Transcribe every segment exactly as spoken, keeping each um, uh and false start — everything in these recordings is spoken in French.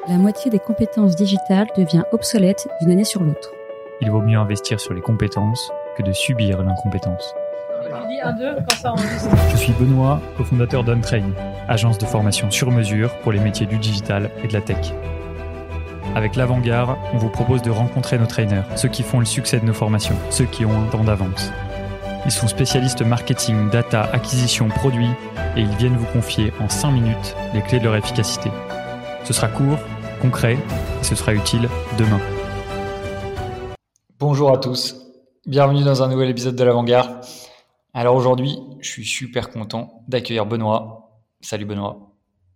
La moitié des compétences digitales devient obsolète d'une année sur l'autre. Il vaut mieux investir sur les compétences que de subir l'incompétence. Tu dis un, deux, quand ça enregistre. Je suis Benoît, cofondateur d'Untrain, agence de formation sur mesure pour les métiers du digital et de la tech. Avec l'Avant-Garde, on vous propose de rencontrer nos trainers, ceux qui font le succès de nos formations, ceux qui ont un temps d'avance. Ils sont spécialistes marketing, data, acquisition, produits et ils viennent vous confier en cinq minutes les clés de leur efficacité. Ce sera court, concret et ce sera utile demain. Bonjour à tous, bienvenue dans un nouvel épisode de l'Avant-Garde. Alors aujourd'hui, je suis super content d'accueillir Benoît. Salut Benoît.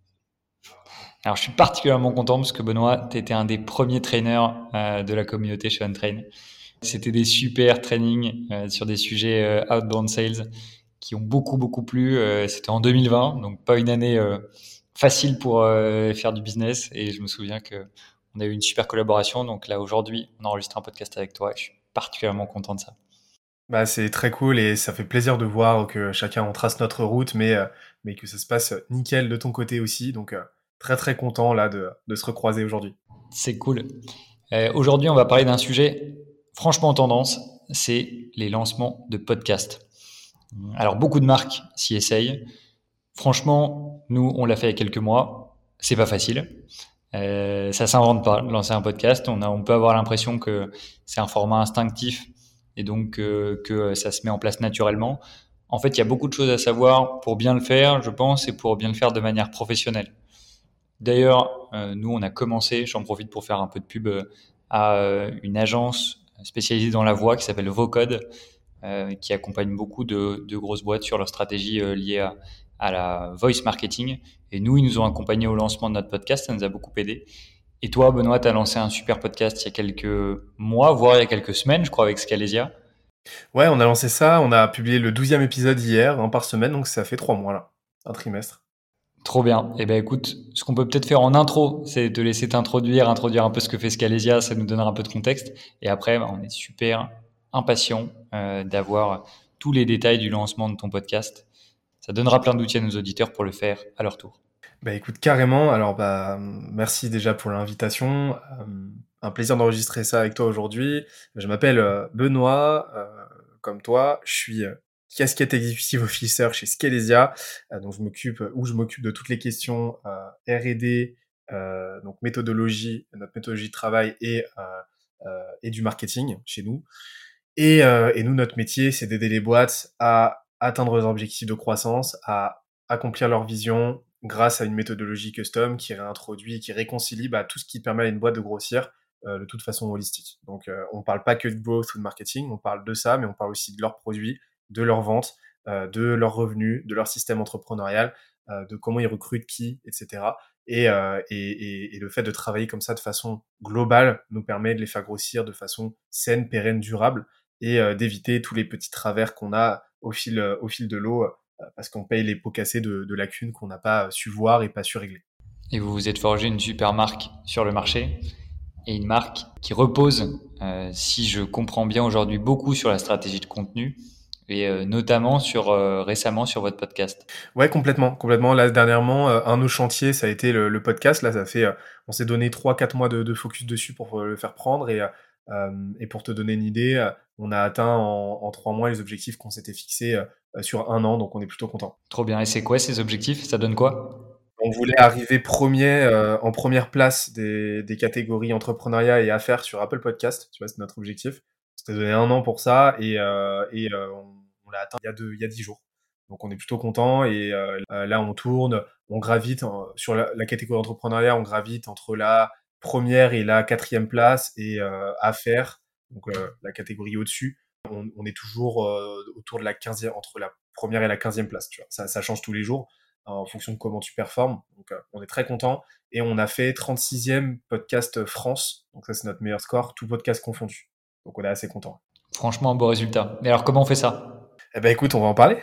Alors je suis particulièrement content parce que Benoît, tu étais un des premiers trainers euh, de la communauté chez Untrain. C'était des super trainings euh, sur des sujets euh, outbound sales qui ont beaucoup beaucoup plu. Euh, c'était en deux mille vingt, donc pas une année euh, facile pour euh, faire du business. Et je me souviens que on a eu une super collaboration. Donc là aujourd'hui, on enregistre un podcast avec toi. Et je suis particulièrement content de ça. Bah, c'est très cool et ça fait plaisir de voir que chacun on trace notre route, mais, euh, mais que ça se passe nickel de ton côté aussi. Donc euh, très très content là de, de se recroiser aujourd'hui. C'est cool. Euh, aujourd'hui, on va parler d'un sujet franchement en tendance, c'est les lancements de podcasts. Alors beaucoup de marques s'y essayent. Franchement, nous, on l'a fait il y a quelques mois. C'est pas facile. Euh, ça s'invente pas, lancer un podcast. On, a, on peut avoir l'impression que c'est un format instinctif et donc euh, que ça se met en place naturellement. En fait, il y a beaucoup de choses à savoir pour bien le faire, je pense, et pour bien le faire de manière professionnelle. D'ailleurs, euh, nous, on a commencé, j'en profite pour faire un peu de pub, euh, à euh, une agence spécialisée dans la voix qui s'appelle Vocode, euh, qui accompagne beaucoup de, de grosses boîtes sur leur stratégie euh, liée à, à la voice marketing. Et nous, ils nous ont accompagnés au lancement de notre podcast, ça nous a beaucoup aidé. Et toi, Benoît, tu as lancé un super podcast il y a quelques mois, voire il y a quelques semaines, je crois, avec Scalesia. Ouais, on a lancé ça, on a publié le douzième épisode hier, un par semaine, donc ça fait trois mois là, un trimestre. Trop bien. Eh ben écoute, ce qu'on peut peut-être faire en intro, c'est te laisser t'introduire, introduire un peu ce que fait Scalesia, ça nous donnera un peu de contexte. Et après, bah, on est super impatient euh, d'avoir tous les détails du lancement de ton podcast. Ça donnera plein d'outils à nos auditeurs pour le faire à leur tour. Bah écoute, carrément, alors bah merci déjà pour l'invitation, euh, un plaisir d'enregistrer ça avec toi aujourd'hui. Je m'appelle euh, Benoît, euh, comme toi, je suis euh, casquette executive officer chez Scalesia, euh, donc je m'occupe, où je m'occupe de toutes les questions euh, R et D, euh, donc méthodologie, notre méthodologie de travail et, euh, euh, et du marketing chez nous. Et, euh, et nous, notre métier, c'est d'aider les boîtes à atteindre leurs objectifs de croissance, à accomplir leur vision grâce à une méthodologie custom qui réintroduit, qui réconcilie bah, tout ce qui permet à une boîte de grossir euh, de toute façon holistique. Donc, euh, on parle pas que de growth ou de marketing, on parle de ça, mais on parle aussi de leurs produits, de leurs ventes, euh, de leurs revenus, de leur système entrepreneurial, euh, de comment ils recrutent qui, et cetera. Et, euh, et, et, et le fait de travailler comme ça de façon globale nous permet de les faire grossir de façon saine, pérenne, durable, et euh, d'éviter tous les petits travers qu'on a au fil, euh, au fil de l'eau, euh, parce qu'on paye les pots cassés de, de lacunes qu'on n'a pas su voir et pas su régler. Et vous vous êtes forgé une super marque sur le marché, et une marque qui repose, euh, si je comprends bien aujourd'hui, beaucoup sur la stratégie de contenu, et euh, notamment sur euh, récemment sur votre podcast. Ouais, complètement, complètement. Là, dernièrement, euh, un de nos chantiers, ça a été le, le podcast. Là, ça fait, euh, on s'est donné trois, quatre mois de, de focus dessus pour euh, le faire prendre et euh, et pour te donner une idée, euh, on a atteint en, en trois mois les objectifs qu'on s'était fixés euh, sur un an, donc on est plutôt content. Trop bien. Et c'est quoi ces objectifs? Ça donne quoi? On voulait arriver premier, euh, en première place des, des catégories entrepreneuriat et affaires sur Apple Podcast. Tu vois, c'est notre objectif. On s'était donné un an pour ça et, euh, et euh, on, on l'a atteint il y a deux, il y a dix jours. Donc on est plutôt content et euh, là on tourne, on gravite euh, sur la, la catégorie entrepreneuriat, on gravite entre la première et la quatrième place et euh, affaires, donc euh, la catégorie au-dessus. On, on est toujours euh, autour de la quinzième, entre la première et la quinzième place. Tu vois, ça, ça change tous les jours en fonction de comment tu performes. Donc, euh, on est très content. Et on a fait trente-sixième podcast France. Donc, ça, c'est notre meilleur score, tout podcast confondu. Donc, on est assez content. Franchement, un beau résultat. Mais alors, comment on fait ça? Eh ben, écoute, on va en parler.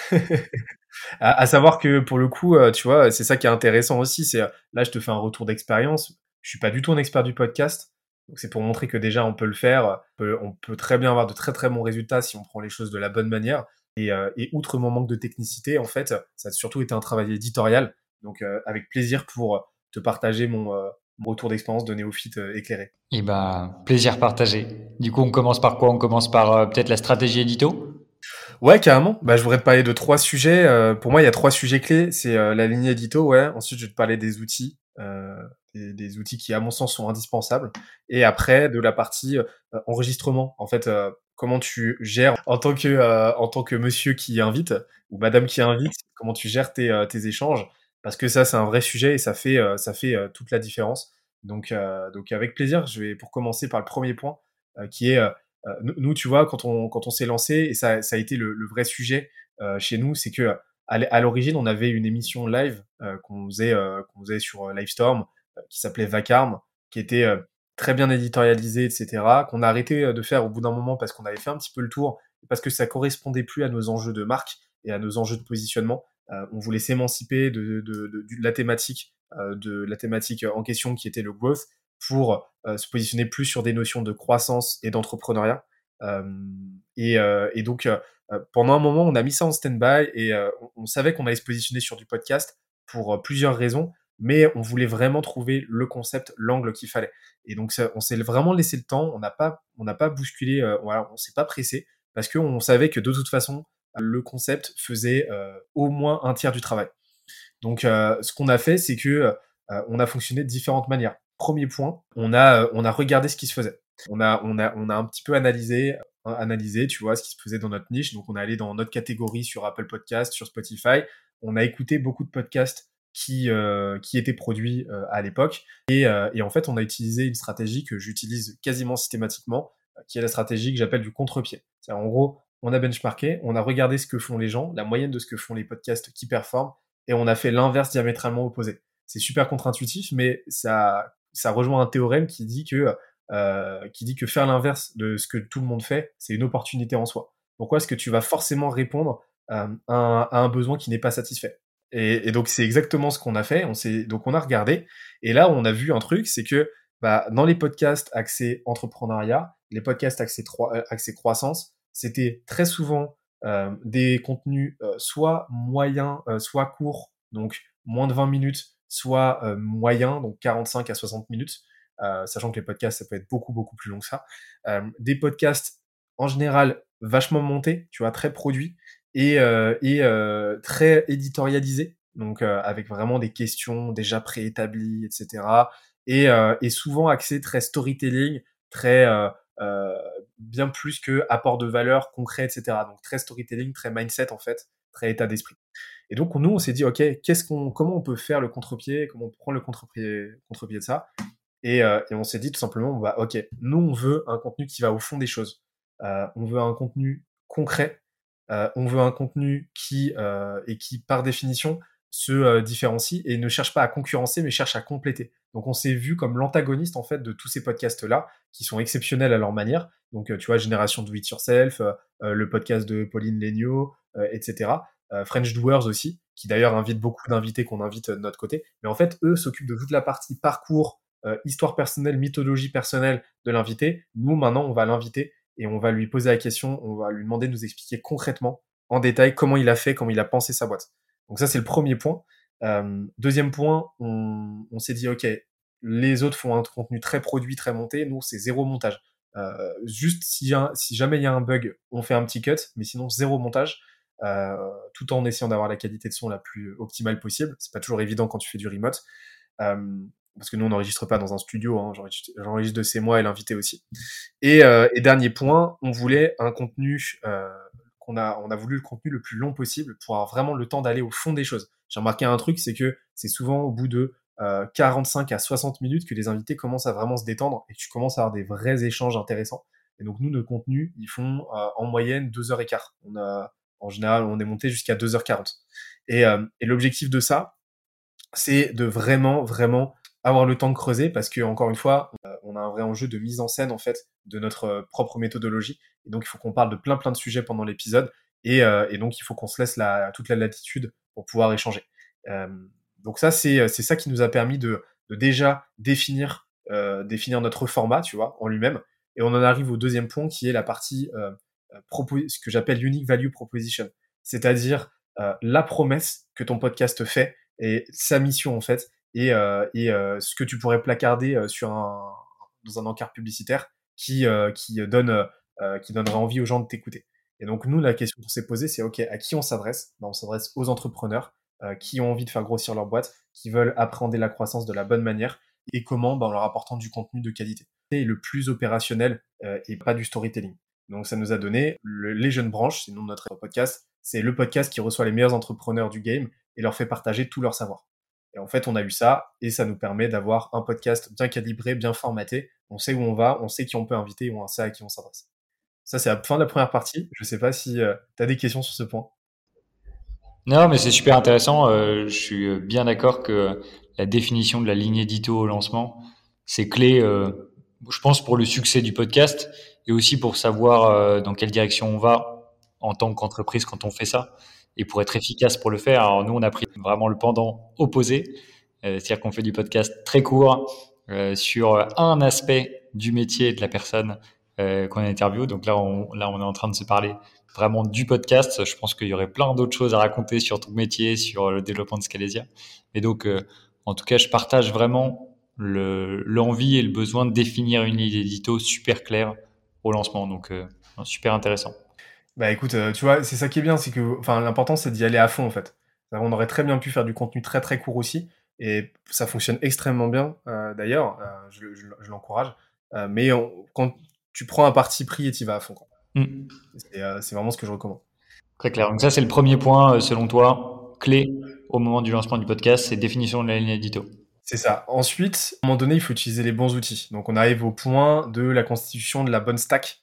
à, à savoir que, pour le coup, euh, tu vois, c'est ça qui est intéressant aussi. C'est, euh, là, je te fais un retour d'expérience. Je suis pas du tout un expert du podcast. Donc, c'est pour montrer que déjà, on peut le faire. On peut, on peut très bien avoir de très, très bons résultats si on prend les choses de la bonne manière. Et, euh, et outre mon manque de technicité, en fait, ça a surtout été un travail éditorial. Donc, euh, avec plaisir pour te partager mon, euh, mon retour d'expérience de néophyte euh, éclairé. Et ben, plaisir partagé. Du coup, on commence par quoi? On commence par euh, peut-être la stratégie édito? Ouais, carrément. Bah, je voudrais te parler de trois sujets. Euh, pour moi, il y a trois sujets clés. C'est euh, la ligne édito, ouais. Ensuite, je vais te parler des outils, euh, des, des outils qui, à mon sens, sont indispensables. Et après, de la partie euh, enregistrement. En fait, euh, comment tu gères en tant que euh, en tant que monsieur qui invite ou madame qui invite, comment tu gères tes, euh, tes échanges. Parce que ça, c'est un vrai sujet et ça fait euh, ça fait euh, toute la différence. Donc euh, donc avec plaisir, je vais pour commencer par le premier point euh, qui est euh, euh, nous, tu vois, quand on quand on s'est lancé, et ça, ça a été le, le vrai sujet euh, chez nous, c'est que à l- à l'origine, on avait une émission live euh, qu'on faisait euh, qu'on faisait sur euh, Livestorm, euh, qui s'appelait Vacarme, qui était euh, très bien éditorialisée, et cetera, qu'on a arrêté euh, de faire au bout d'un moment parce qu'on avait fait un petit peu le tour, parce que ça correspondait plus à nos enjeux de marque et à nos enjeux de positionnement. Euh, on voulait s'émanciper de, de, de, de, de la thématique euh, de la thématique en question qui était le growth pour euh, se positionner plus sur des notions de croissance et d'entrepreneuriat. Euh, et, euh, et donc, euh, pendant un moment, on a mis ça en stand-by et euh, on, on savait qu'on allait se positionner sur du podcast pour euh, plusieurs raisons, mais on voulait vraiment trouver le concept, l'angle qu'il fallait. Et donc, ça, on s'est vraiment laissé le temps, on n'a pas, on n'a pas bousculé, euh, voilà, on s'est pas pressé parce qu'on savait que de toute façon, le concept faisait euh, au moins un tiers du travail. Donc, euh, ce qu'on a fait, c'est que euh, on a fonctionné de différentes manières. Premier point, on a euh, on a regardé ce qui se faisait. On a on a on a un petit peu analysé euh, analysé, tu vois, ce qui se faisait dans notre niche. Donc, on est allé dans notre catégorie sur Apple Podcast, sur Spotify. On a écouté beaucoup de podcasts qui euh, qui étaient produits euh, à l'époque. Et, euh, et en fait, on a utilisé une stratégie que j'utilise quasiment systématiquement, euh, qui est la stratégie que j'appelle du contre-pied. C'est en gros, on a benchmarké, on a regardé ce que font les gens, la moyenne de ce que font les podcasts qui performent et on a fait l'inverse diamétralement opposé. C'est super contre-intuitif, mais ça, ça rejoint un théorème qui dit que, euh, qui dit que faire l'inverse de ce que tout le monde fait, c'est une opportunité en soi. Pourquoi est-ce que tu vas forcément répondre euh, à, un, à un besoin qui n'est pas satisfait? Et, et donc c'est exactement ce qu'on a fait. On s'est, donc on a regardé, et là on a vu un truc, c'est que bah, dans les podcasts axés entrepreneuriat, les podcasts axés, tro- euh, axés croissance, c'était très souvent euh, des contenus euh, soit moyens, euh, soit courts, donc moins de vingt minutes, soit euh, moyens, donc quarante-cinq à soixante minutes, euh, sachant que les podcasts, ça peut être beaucoup, beaucoup plus long que ça. Euh, des podcasts, en général, vachement montés, tu vois, très produits, et, euh, et euh, très éditorialisés, donc euh, avec vraiment des questions déjà préétablies, et cetera. Et, euh, et souvent axés très storytelling, très... Euh, euh, bien plus que apport de valeur concret, et cetera. Donc très storytelling, très mindset en fait, très état d'esprit. Et donc nous, on s'est dit, ok, qu'est-ce qu'on, comment on peut faire le contre-pied, comment on peut prendre le contre-pied, contre-pied de ça, et, euh, et on s'est dit tout simplement, bah ok, nous on veut un contenu qui va au fond des choses, euh, on veut un contenu concret, euh, on veut un contenu qui euh, et qui par définition se euh, différencie et ne cherche pas à concurrencer mais cherche à compléter. Donc on s'est vu comme l'antagoniste en fait de tous ces podcasts là qui sont exceptionnels à leur manière. Donc euh, tu vois, Génération Do It Yourself, euh, euh, le podcast de Pauline Legnaud, euh, et cetera. Euh, French Doers aussi, qui d'ailleurs invite beaucoup d'invités qu'on invite euh, de notre côté. Mais en fait, eux s'occupent de toute la partie parcours, euh, histoire personnelle, mythologie personnelle de l'invité. Nous maintenant, on va l'inviter et on va lui poser la question, on va lui demander de nous expliquer concrètement, en détail, comment il a fait, comment il a pensé sa boîte. Donc ça, c'est le premier point. Euh, deuxième point, on, on s'est dit, ok, les autres font un contenu très produit, très monté, nous, c'est zéro montage. Euh, juste si, un, si jamais il y a un bug, on fait un petit cut, mais sinon zéro montage, euh, tout en essayant d'avoir la qualité de son la plus optimale possible. C'est pas toujours évident quand tu fais du remote, euh, parce que nous on n'enregistre pas dans un studio, hein, j'enregistre, j'enregistre de chez moi et l'invité aussi. Et, euh, et dernier point, on voulait un contenu euh, qu'on a, on a voulu le contenu le plus long possible pour avoir vraiment le temps d'aller au fond des choses. J'ai remarqué un truc, c'est que c'est souvent au bout de euh, quarante-cinq à soixante minutes que les invités commencent à vraiment se détendre et que tu commences à avoir des vrais échanges intéressants. Et donc nous, nos contenus, ils font euh, en moyenne deux heures et quart. On a, en général, on est monté jusqu'à deux heures quarante. Et, euh, et l'objectif de ça, c'est de vraiment, vraiment avoir le temps de creuser parce que, encore une fois, on a un vrai enjeu de mise en scène, en fait, de notre propre méthodologie. Et donc, il faut qu'on parle de plein, plein de sujets pendant l'épisode. Et, euh, et donc, il faut qu'on se laisse la, toute la latitude pour pouvoir échanger. Euh, donc ça, c'est, c'est ça qui nous a permis de, de déjà définir, euh, définir notre format, tu vois, en lui-même. Et on en arrive au deuxième point qui est la partie, euh, propo- ce que j'appelle Unique Value Proposition. C'est-à-dire euh, la promesse que ton podcast fait et sa mission, en fait. et, euh, et euh, ce que tu pourrais placarder euh, sur un, dans un encart publicitaire qui, euh, qui, donne, euh, qui donnerait envie aux gens de t'écouter. Et donc, nous, la question qu'on s'est posée, c'est OK, à qui on s'adresse? Ben, on s'adresse aux entrepreneurs euh, qui ont envie de faire grossir leur boîte, qui veulent appréhender la croissance de la bonne manière. Et comment? Ben, en leur apportant du contenu de qualité. Et le plus opérationnel euh, et pas du storytelling. Donc, ça nous a donné le, les jeunes branches, c'est le nom de notre podcast. C'est le podcast qui reçoit les meilleurs entrepreneurs du game et leur fait partager tout leur savoir. Et en fait, on a eu ça et ça nous permet d'avoir un podcast bien calibré, bien formaté. On sait où on va, on sait qui on peut inviter et on sait à qui on s'adresse. Ça, c'est la fin de la première partie. Je sais pas si euh, tu as des questions sur ce point. Non, mais c'est super intéressant. Euh, je suis bien d'accord que la définition de la ligne édito au lancement, c'est clé, euh, je pense, pour le succès du podcast et aussi pour savoir euh, dans quelle direction on va en tant qu'entreprise quand on fait ça et pour être efficace pour le faire. Alors nous, on a pris vraiment le pendant opposé, euh, c'est-à-dire qu'on fait du podcast très court euh, sur un aspect du métier de la personne euh, qu'on interviewe. Donc là on, là, on est en train de se parler vraiment du podcast. Je pense qu'il y aurait plein d'autres choses à raconter sur ton métier, sur le développement de Scalesia. Et donc, euh, en tout cas, je partage vraiment le, l'envie et le besoin de définir une ligne édito super claire au lancement. Donc, euh, super intéressant. Bah écoute, euh, tu vois, c'est ça qui est bien, c'est que, enfin, l'important c'est d'y aller à fond en fait. On aurait très bien pu faire du contenu très très court aussi, et ça fonctionne extrêmement bien euh, d'ailleurs, euh, je, je, je l'encourage. Euh, mais on, quand tu prends un parti pris et tu y vas à fond, quoi. Mmh. C'est, euh, c'est vraiment ce que je recommande. Très clair. Donc ça, c'est le premier point, selon toi, clé au moment du lancement du podcast, c'est définition de la ligne édito. C'est ça. Ensuite, à un moment donné, il faut utiliser les bons outils. Donc on arrive au point de la constitution de la bonne stack,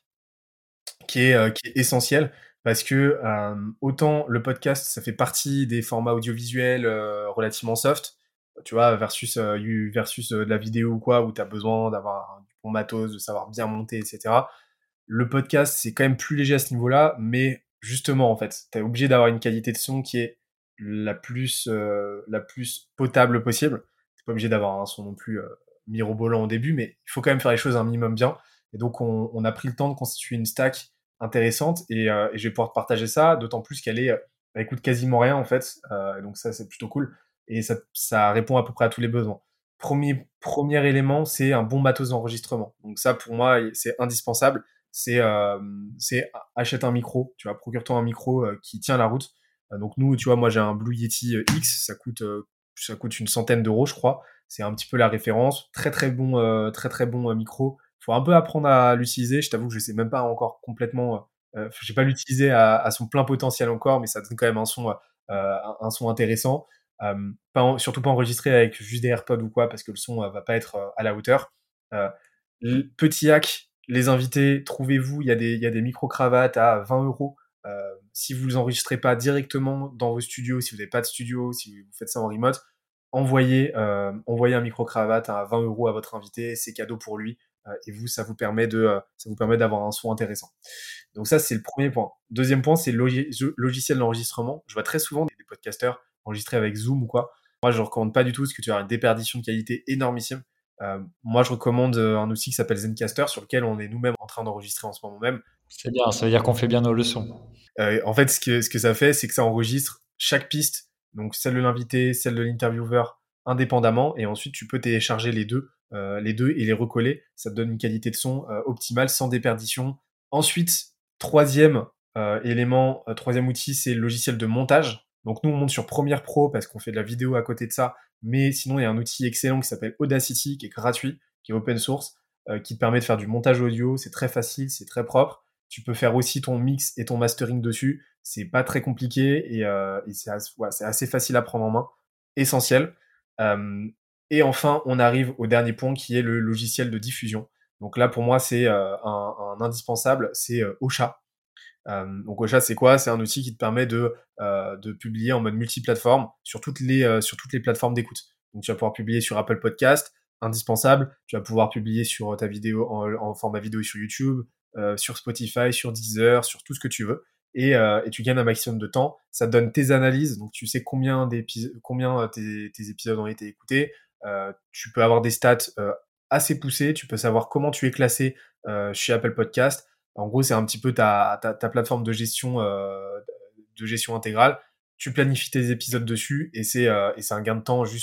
qui est, euh, qui est essentielle, parce que euh, autant le podcast, ça fait partie des formats audiovisuels euh, relativement soft, tu vois, versus, euh, versus euh, de la vidéo ou quoi, où tu as besoin d'avoir du bon matos, de savoir bien monter, et cetera. Le podcast, c'est quand même plus léger à ce niveau-là, mais justement, en fait, tu es obligé d'avoir une qualité de son qui est la plus, euh, la plus potable possible. Tu pas obligé d'avoir un son non plus euh, mirobolant au début, mais il faut quand même faire les choses un minimum bien. Et donc, on, on a pris le temps de constituer une stack intéressante et, euh, et je vais pouvoir te partager ça, d'autant plus qu'elle est, bah, écoute quasiment rien en fait. Euh, donc ça, c'est plutôt cool. Et ça, ça répond à peu près à tous les besoins. Premier, premier élément, c'est un bon matos d'enregistrement. Donc ça, pour moi, c'est indispensable. C'est, euh, c'est achète un micro, tu vois, procure-toi un micro euh, qui tient la route. Euh, donc nous, tu vois, moi j'ai un Blue Yeti X, ça coûte, euh, ça coûte une centaine d'euros, je crois. C'est un petit peu la référence. Très très bon, euh, très très bon euh, micro. Faut un peu apprendre à l'utiliser. Je t'avoue que je sais même pas encore complètement. Euh, j'ai pas l'utilisé à, à son plein potentiel encore, mais ça donne quand même un son, euh, un son intéressant. Euh, pas en, surtout pas enregistré avec juste des AirPods ou quoi, parce que le son euh, va pas être euh, à la hauteur. Euh, petit hack, les invités, trouvez-vous, il y a des, il y a des micro-cravates à vingt euros. Euh, si vous les enregistrez pas directement dans vos studios, si vous n'avez pas de studio, si vous faites ça en remote, envoyez, euh, envoyez un micro-cravate à vingt euros à votre invité, c'est cadeau pour lui. Euh, et vous, ça vous permet de, euh, ça vous permet d'avoir un son intéressant. Donc ça, c'est le premier point. Deuxième point, c'est le logi- logiciel d'enregistrement. Je vois très souvent des, des podcasteurs enregistrés avec Zoom ou quoi. Moi, je ne recommande pas du tout parce que tu as une déperdition de qualité énormissime. Euh, moi, je recommande un outil qui s'appelle Zencastr, sur lequel on est nous-mêmes en train d'enregistrer en ce moment même. C'est bien, ça veut dire qu'on fait bien nos leçons. Euh, en fait, ce que, ce que ça fait, c'est que ça enregistre chaque piste, donc celle de l'invité, celle de l'intervieweur, indépendamment, et ensuite tu peux télécharger les deux, euh, les deux et les recoller. Ça te donne une qualité de son euh, optimale, sans déperdition. Ensuite, troisième euh, élément, euh, troisième outil, c'est le logiciel de montage. Donc nous, on monte sur Premiere Pro parce qu'on fait de la vidéo à côté de ça, mais sinon, il y a un outil excellent qui s'appelle Audacity, qui est gratuit, qui est open source, euh, qui te permet de faire du montage audio. C'est très facile, c'est très propre. Tu peux faire aussi ton mix et ton mastering dessus. C'est pas très compliqué et, euh, et c'est, assez, ouais, c'est assez facile à prendre en main. Essentiel. Euh, et enfin, on arrive au dernier point qui est le logiciel de diffusion. Donc là, pour moi, c'est euh, un, un indispensable, c'est euh, Ocha. Euh, donc Ocha, c'est quoi? C'est un outil qui te permet de, euh, de publier en mode multiplateforme sur toutes les, euh, sur toutes les plateformes d'écoute. Donc tu vas pouvoir publier sur Apple Podcast, indispensable. Tu vas pouvoir publier sur ta vidéo en, en format vidéo sur YouTube, euh, sur Spotify, sur Deezer, sur tout ce que tu veux. Et, euh, et tu gagnes un maximum de temps. Ça te donne tes analyses, donc tu sais combien, combien tes, tes épisodes ont été écoutés. Euh, tu peux avoir des stats euh, assez poussées. Tu peux savoir comment tu es classé euh, chez Apple Podcast. En gros, c'est un petit peu ta, ta, ta plateforme de gestion, euh, de gestion intégrale. Tu planifies tes épisodes dessus et c'est, euh, et c'est un gain de temps juste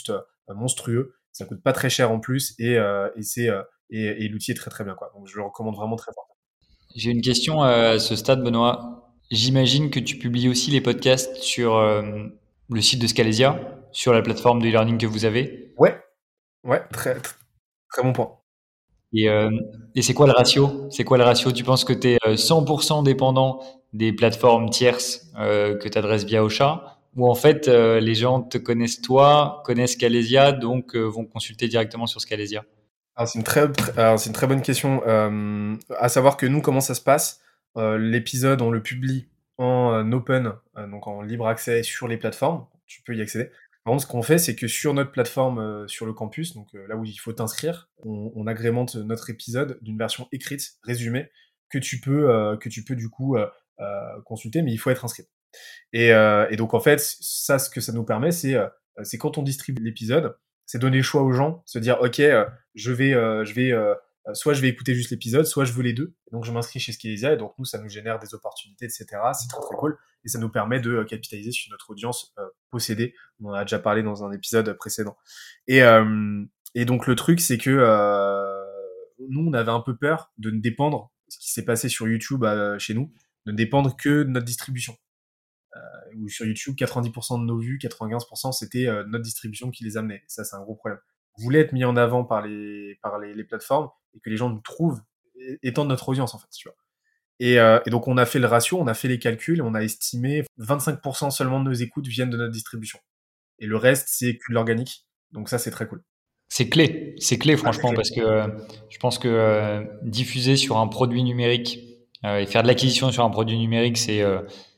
euh, monstrueux. Ça coûte pas très cher en plus et, euh, et, c'est, euh, et, et l'outil est très très bien, quoi. Donc je le recommande vraiment très fort. J'ai une question euh, à ce stade, Benoît. J'imagine que tu publies aussi les podcasts sur euh, le site de Scalesia, sur la plateforme de e-learning que vous avez. Ouais, ouais, très, très, très bon point. Et, euh, et c'est quoi le ratio? C'est quoi le ratio? Tu penses que tu es cent pour cent dépendant des plateformes tierces euh, que tu adresses via Ocha? Ou en fait, euh, les gens te connaissent toi, connaissent Scalesia, donc euh, vont consulter directement sur Scalesia? Alors, c'est une très, très- alors, c'est une très bonne question. Euh, à savoir que nous, comment ça se passe? Euh, l'épisode, on le publie en euh, open, euh, donc en libre accès sur les plateformes. Tu peux y accéder. Par contre, ce qu'on fait, c'est que sur notre plateforme, euh, sur le campus, donc euh, là où il faut t'inscrire, on, on agrémente notre épisode d'une version écrite, résumée, que tu peux, euh, que tu peux du coup euh, euh, consulter, mais il faut être inscrit. Et, euh, et donc en fait, ça, ce que ça nous permet, c'est euh, c'est quand on distribue l'épisode, c'est donner le choix aux gens, se dire ok, euh, je vais, euh, je vais, euh, euh, soit je vais écouter juste l'épisode, soit je veux les deux. Donc je m'inscris chez Scalesia et donc nous, ça nous génère des opportunités, et cetera. C'est très très cool et ça nous permet de euh, capitaliser sur notre audience euh, possédée. On en a déjà parlé dans un épisode précédent. Et euh, et donc le truc, c'est que euh, nous, on avait un peu peur de ne dépendre, ce qui s'est passé sur YouTube euh, chez nous, de ne dépendre que de notre distribution. Ou sur YouTube, quatre-vingt-dix pour cent de nos vues, quatre-vingt-quinze pour cent, c'était euh, notre distribution qui les amenait. Ça, c'est un gros problème. On voulait être mis en avant par les, par les, les plateformes et que les gens nous trouvent étant de notre audience, en fait, tu vois. Et, euh, et donc, on a fait le ratio, on a fait les calculs et on a estimé vingt-cinq pour cent seulement de nos écoutes viennent de notre distribution. Et le reste, c'est que de l'organique. Donc ça, c'est très cool. C'est clé, c'est clé franchement, clé. parce que euh, je pense que euh, diffuser sur un produit numérique euh, et faire de l'acquisition sur un produit numérique, c'est euh,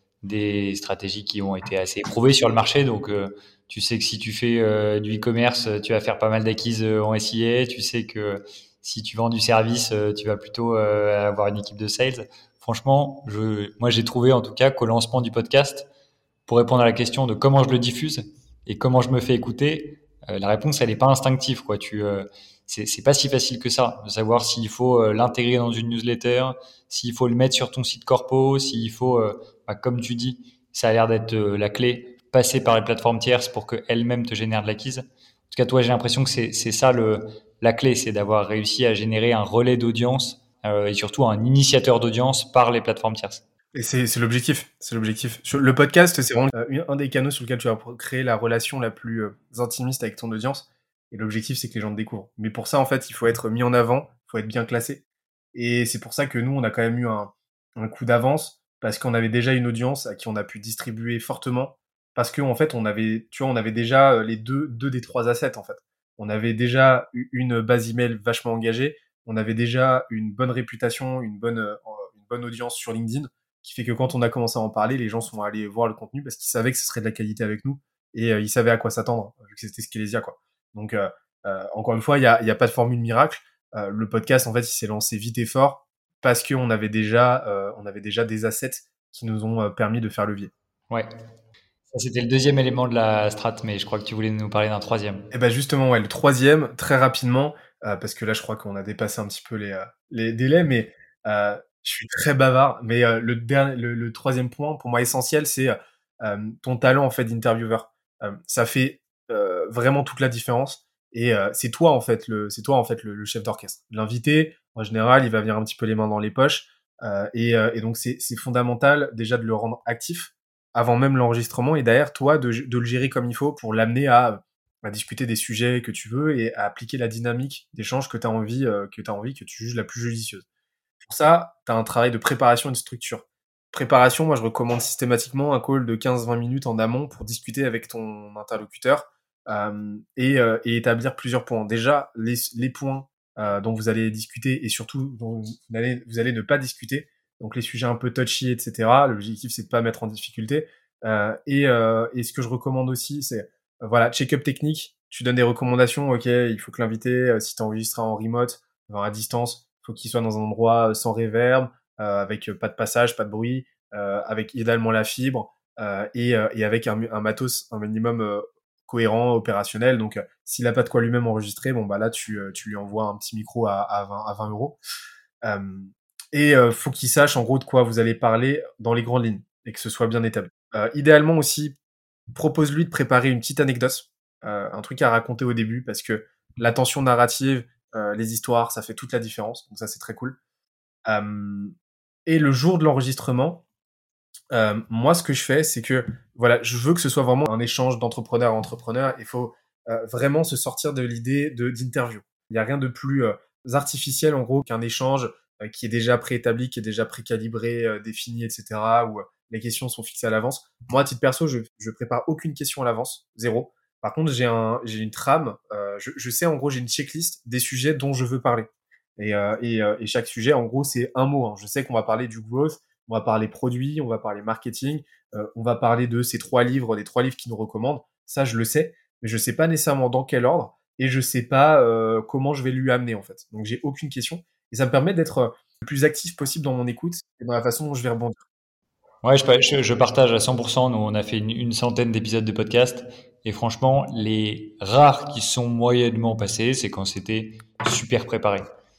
des stratégies qui ont été assez éprouvées sur le marché. Donc, euh, tu sais que si tu fais euh, du e-commerce, tu vas faire pas mal d'acquises euh, en S I A. Tu sais que si tu vends du service, euh, tu vas plutôt euh, avoir une équipe de sales. Franchement, je, moi, j'ai trouvé en tout cas qu'au lancement du podcast, pour répondre à la question de comment je le diffuse et comment je me fais écouter, euh, la réponse, elle n'est pas instinctive, quoi. Tu, euh, c'est, c'est pas si facile que ça de savoir s'il faut euh, l'intégrer dans une newsletter, s'il faut le mettre sur ton site corpo, s'il faut, euh, bah, comme tu dis, ça a l'air d'être euh, la clé, passer par les plateformes tierces pour qu'elles-mêmes te génèrent de l'acquise. En tout cas, toi, j'ai l'impression que c'est, c'est ça le, la clé, c'est d'avoir réussi à générer un relais d'audience euh, et surtout un initiateur d'audience par les plateformes tierces. Et c'est, c'est l'objectif. C'est l'objectif. Le podcast, c'est vraiment euh, un des canaux sur lequel tu vas créer la relation la plus euh, intimiste avec ton audience. Et l'objectif, c'est que les gens te découvrent. Mais pour ça, en fait, il faut être mis en avant, il faut être bien classé. Et c'est pour ça que nous, on a quand même eu un, un coup d'avance, parce qu'on avait déjà une audience à qui on a pu distribuer fortement, parce qu'en en fait, on avait, tu vois, on avait déjà les deux, deux des trois assets, en fait. On avait déjà une base email vachement engagée, on avait déjà une bonne réputation, une bonne, euh, une bonne audience sur LinkedIn, qui fait que quand on a commencé à en parler, les gens sont allés voir le contenu parce qu'ils savaient que ce serait de la qualité avec nous et euh, ils savaient à quoi s'attendre, vu que c'était Scalesia, quoi. Donc, euh, euh, encore une fois, il n'y a, y a pas de formule miracle. Euh, le podcast, en fait, il s'est lancé vite et fort parce qu'on avait déjà, euh, on avait déjà des assets qui nous ont euh, permis de faire levier. Ouais. Ça, c'était le deuxième élément de la strat, mais je crois que tu voulais nous parler d'un troisième. Et ben justement, ouais, le troisième, très rapidement, euh, parce que là, je crois qu'on a dépassé un petit peu les, euh, les délais, mais euh, je suis très bavard. Mais euh, le, dernier, le, le troisième point, pour moi essentiel, c'est euh, ton talent en fait d'intervieweur. Euh, ça fait euh, vraiment toute la différence. Et euh, c'est toi en fait le, c'est toi en fait le, le chef d'orchestre. L'invité, en général, il va venir un petit peu les mains dans les poches. Euh, et, euh, et donc c'est, c'est fondamental déjà de le rendre actif avant même l'enregistrement et derrière toi de, de le gérer comme il faut pour l'amener à, à discuter des sujets que tu veux et à appliquer la dynamique d'échange que tu as envie, euh, que tu as envie, que tu juges la plus judicieuse. Pour ça, tu as un travail de préparation et de structure. Préparation, moi je recommande systématiquement un call de quinze à vingt minutes en amont pour discuter avec ton interlocuteur euh, et, euh, et établir plusieurs points. Déjà, les, les points euh, dont vous allez discuter et surtout dont vous allez, vous allez ne pas discuter, donc les sujets un peu touchy, et cetera. L'objectif, c'est de pas mettre en difficulté. Euh, et, euh, et ce que je recommande aussi, c'est euh, voilà, check-up technique. Tu donnes des recommandations. Ok, il faut que l'invité, euh, si tu enregistres en remote, enfin, à distance, faut qu'il soit dans un endroit sans reverb, euh, avec pas de passage, pas de bruit, euh, avec idéalement la fibre euh, et, euh, et avec un, un matos, un minimum euh, cohérent, opérationnel. Donc, euh, s'il a pas de quoi lui-même enregistrer, bon bah là, tu, euh, tu lui envoies un petit micro à, à vingt, à vingt euros. Euh, et euh, faut qu'il sache en gros de quoi vous allez parler dans les grandes lignes et que ce soit bien établi. Euh, idéalement aussi, propose-lui de préparer une petite anecdote euh, un truc à raconter au début, parce que la tension narrative, euh, les histoires, ça fait toute la différence. Donc ça, c'est très cool. Euh, et le jour de l'enregistrement, euh, moi, ce que je fais, c'est que voilà, je veux que ce soit vraiment un échange d'entrepreneur à entrepreneur. Il faut euh, vraiment se sortir de l'idée de d'interview. Il n'y a rien de plus euh, artificiel, en gros, qu'un échange euh, qui est déjà préétabli, qui est déjà précalibré, euh, défini, et cetera, où euh, les questions sont fixées à l'avance. Moi, à titre perso, je, je prépare aucune question à l'avance, zéro. Par contre, j'ai un, j'ai une trame. Euh, je, je sais, en gros, j'ai une checklist des sujets dont je veux parler. Et, euh, et, euh, et chaque sujet, en gros, c'est un mot. Hein. Je sais qu'on va parler du growth, on va parler produit, on va parler marketing, euh, on va parler de ces trois livres, des trois livres qu'ils nous recommandent. Ça, je le sais, mais je sais pas nécessairement dans quel ordre et je sais pas euh, comment je vais lui amener en fait. Donc, j'ai aucune question et ça me permet d'être le plus actif possible dans mon écoute et dans la façon dont je vais rebondir. Ouais, je, je, je partage à cent pour cent. Nous, on a fait une, une centaine d'épisodes de podcast et franchement, les rares qui sont moyennement passés, c'est quand c'était super préparé.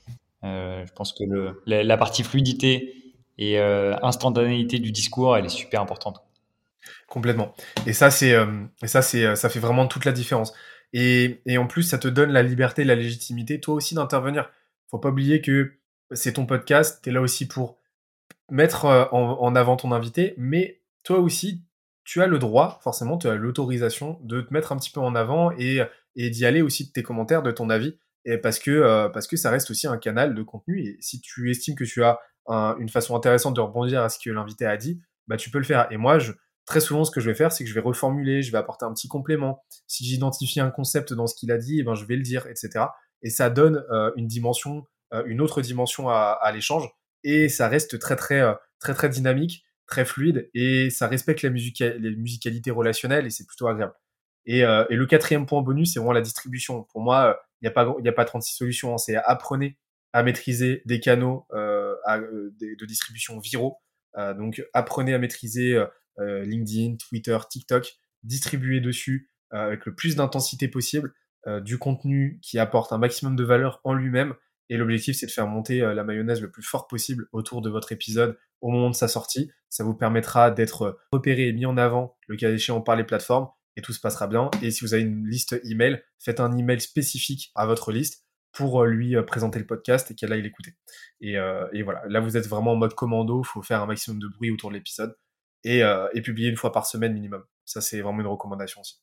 Euh, je pense que le, la, la partie fluidité et euh, instantanéité du discours, elle est super importante. Complètement. Et ça, c'est, euh, et ça, c'est, ça fait vraiment toute la différence. Et, et en plus, ça te donne la liberté, la légitimité, toi aussi, d'intervenir. Faut pas oublier que c'est ton podcast, t'es là aussi pour mettre en, en avant ton invité, mais toi aussi, tu as le droit, forcément, tu as l'autorisation de te mettre un petit peu en avant et, et d'y aller aussi de tes commentaires, de ton avis, et parce que, euh, parce que ça reste aussi un canal de contenu. Et si tu estimes que tu as un, une façon intéressante de rebondir à ce que l'invité a dit, bah tu peux le faire. Et moi, je, très souvent, ce que je vais faire, c'est que je vais reformuler, je vais apporter un petit complément. Si j'identifie un concept dans ce qu'il a dit, eh ben, je vais le dire, et cetera. Et ça donne euh, une dimension, euh, une autre dimension à, à l'échange. Et ça reste très très très très dynamique, très fluide, et ça respecte la musica- les musicalités relationnelles, et c'est plutôt agréable. Et, euh, et le quatrième point bonus, c'est vraiment la distribution. Pour moi, il n'y a pas il y a pas trente-six solutions. Hein. C'est apprenez à maîtriser des canaux euh, à, euh, de, de distribution viraux. Euh, donc apprenez à maîtriser euh, LinkedIn, Twitter, TikTok, distribuez dessus euh, avec le plus d'intensité possible euh, du contenu qui apporte un maximum de valeur en lui-même. Et l'objectif, c'est de faire monter euh, la mayonnaise le plus fort possible autour de votre épisode au moment de sa sortie. Ça vous permettra d'être repéré et mis en avant, le cas échéant, par les plateformes, et tout se passera bien. Et si vous avez une liste email, faites un email spécifique à votre liste pour euh, lui euh, présenter le podcast et qu'elle aille l'écouter. Et, euh, et voilà, là, vous êtes vraiment en mode commando, il faut faire un maximum de bruit autour de l'épisode et, euh, et publier une fois par semaine minimum. Ça, c'est vraiment une recommandation aussi.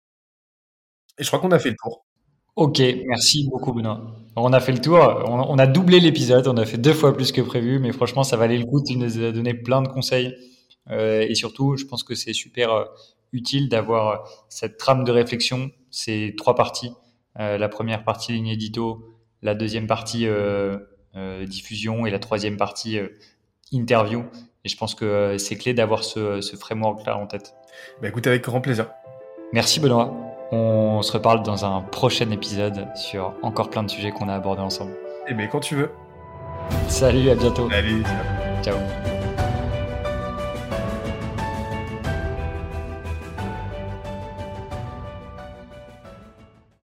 Et je crois qu'on a fait le tour. Ok, merci beaucoup Benoît. On a fait le tour, on, on a doublé l'épisode, on a fait deux fois plus que prévu, mais franchement ça valait le coup, tu nous as donné plein de conseils euh, et surtout je pense que c'est super euh, utile d'avoir cette trame de réflexion, ces trois parties, euh, la première partie ligne édito, la deuxième partie euh, euh, diffusion et la troisième partie euh, interview, et je pense que euh, c'est clé d'avoir ce, ce framework là en tête. Bah écoute, avec grand plaisir. Merci Benoît. On se reparle dans un prochain épisode sur encore plein de sujets qu'on a abordés ensemble. Eh bien, quand tu veux. Salut, à bientôt. Allez, ciao.